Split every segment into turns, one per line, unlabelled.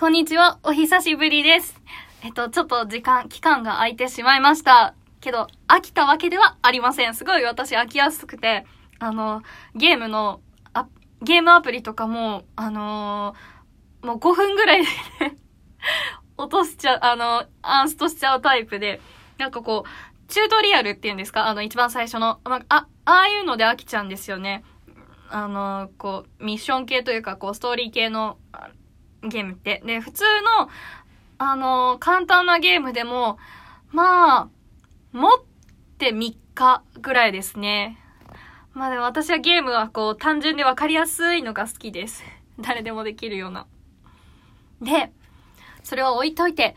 こんにちは、お久しぶりです。ちょっと期間が空いてしまいました。けど、飽きたわけではありません。すごい私飽きやすくて、ゲームアプリとかも、もう5分ぐらいで落としちゃう、アンストしちゃうタイプで、なんかこう、チュートリアルっていうんですか？一番最初の、ああいうので飽きちゃうんですよね。こう、ミッション系というか、こう、ストーリー系のゲームって。で、普通の、簡単なゲームでも、まあ、持って3日ぐらいですね。まあでも私はゲームはこう、単純でわかりやすいのが好きです。誰でもできるような。で、それは置いといて、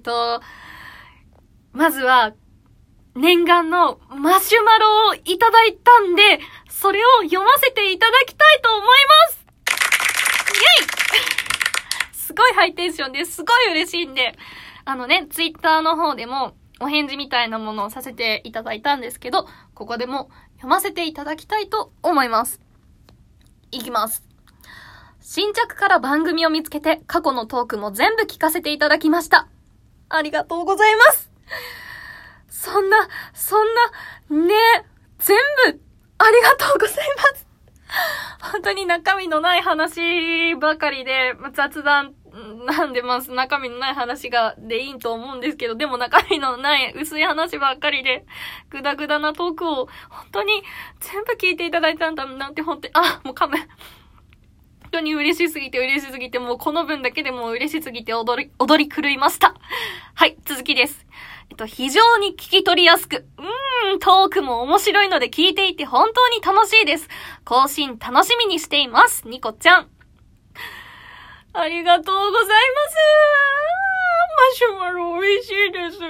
まずは、念願のマシュマロをいただいたんで、それを読ませていただきたいと思いますイェイすごいハイテンションです。すごい嬉しいんで、ツイッターの方でもお返事みたいなものをさせていただいたんですけど、ここでも読ませていただきたいと思います。いきます。新着から番組を見つけて、過去のトークも全部聞かせていただきました。ありがとうございます。そんな、ね、全部、ありがとうございます。本当に中身のない話ばかりで、雑談なんで中身のない話でいいと思うんですけど、でも中身のない薄い話ばっかりで、グダグダなトークを本当に全部聞いていただいたんだなんて本当に、もう噛む。本当に嬉しすぎて、もうこの分だけでも嬉しすぎて踊り狂いました。はい、続きです。非常に聞き取りやすく、トークも面白いので聞いていて本当に楽しいです。更新楽しみにしています。ニコちゃん。ありがとうございます。マシュマロ美味しいです。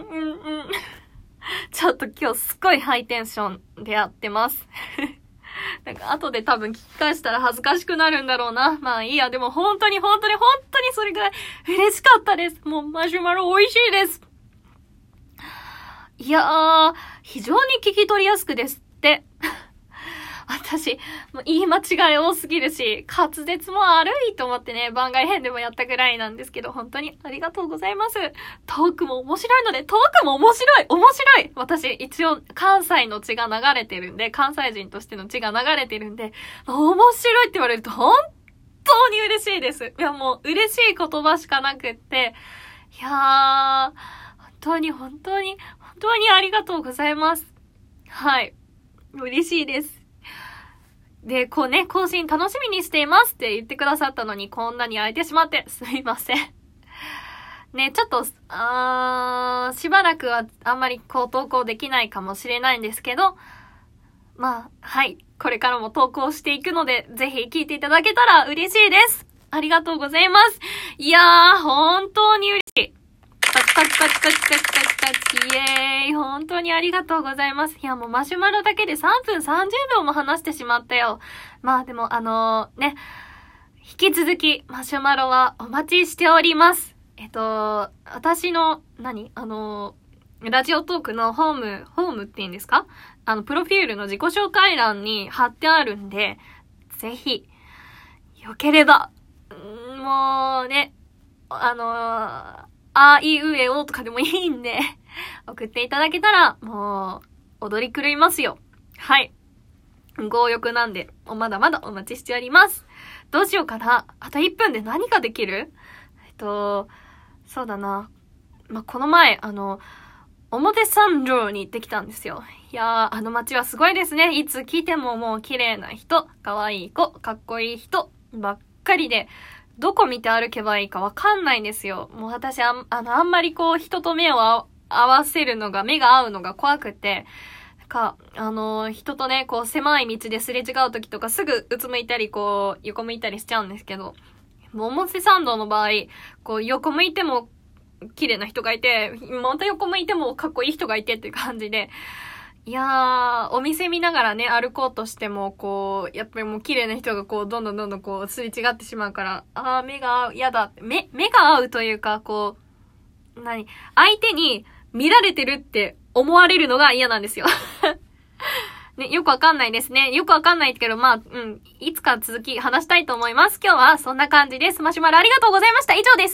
ちょっと今日すっごいハイテンションでやってます。なんか後で多分聞き返したら恥ずかしくなるんだろうな。まあいいや、でも本当にそれぐらい嬉しかったです。もうマシュマロ美味しいです。いやー、非常に聞き取りやすくですって。私、もう言い間違い多すぎるし、滑舌も悪いと思ってね、番外編でもやったぐらいなんですけど、本当にありがとうございます。トークも面白いので、トークも面白い私、一応、関西の血が流れてるんで、関西人としての血が流れてるんで、面白いって言われると、本当に嬉しいです。いや、もう、嬉しい言葉しかなくって、いやー、本当にありがとうございます。はい。嬉しいです。で、こうね、更新楽しみにしていますって言ってくださったのに、こんなに空いてしまってすいません。ね、ちょっと、しばらくはあんまりこう投稿できないかもしれないんですけど、まあ、はい。これからも投稿していくので、ぜひ聞いていただけたら嬉しいです。ありがとうございます。いやー、本当に嬉しい。パチイエーイ。本当にありがとうございます。いや、もうマシュマロだけで3分30秒も話してしまったよ。まあでもね、引き続きマシュマロはお待ちしております。私の、ラジオトークのホームって言うんですか？プロフィールの自己紹介欄に貼ってあるんで、ぜひ、よければ、もうね、あいうえおとかでもいいんで、送っていただけたら、もう、踊り狂いますよ。はい。強欲なんで、まだまだお待ちしております。どうしようかな。あと1分で何ができる？そうだな。この前、表参道に行ってきたんですよ。いやー、街はすごいですね。いつ来てももう綺麗な人、可愛い子、かっこいい人ばっかりで、どこ見て歩けばいいかわかんないんですよ。もう私あんまりこう人と目を合わせるのが、目が合うのが怖くて、人とね、こう狭い道ですれ違う時とかすぐうつむいたり、こう横向いたりしちゃうんですけど、表参道の場合、こう横向いても綺麗な人がいて、また横向いてもかっこいい人がいてっていう感じで、いやー、お店見ながらね、歩こうとしても、こう、やっぱりもう綺麗な人がこう、どんどんこう、すれ違ってしまうから、目が合う、やだ。目が合うというか、こう、相手に見られてるって思われるのが嫌なんですよ。 ね、よくわかんないですね。よくわかんないけど、まあ、いつか続き話したいと思います。今日はそんな感じです。マシュマロありがとうございました。以上です。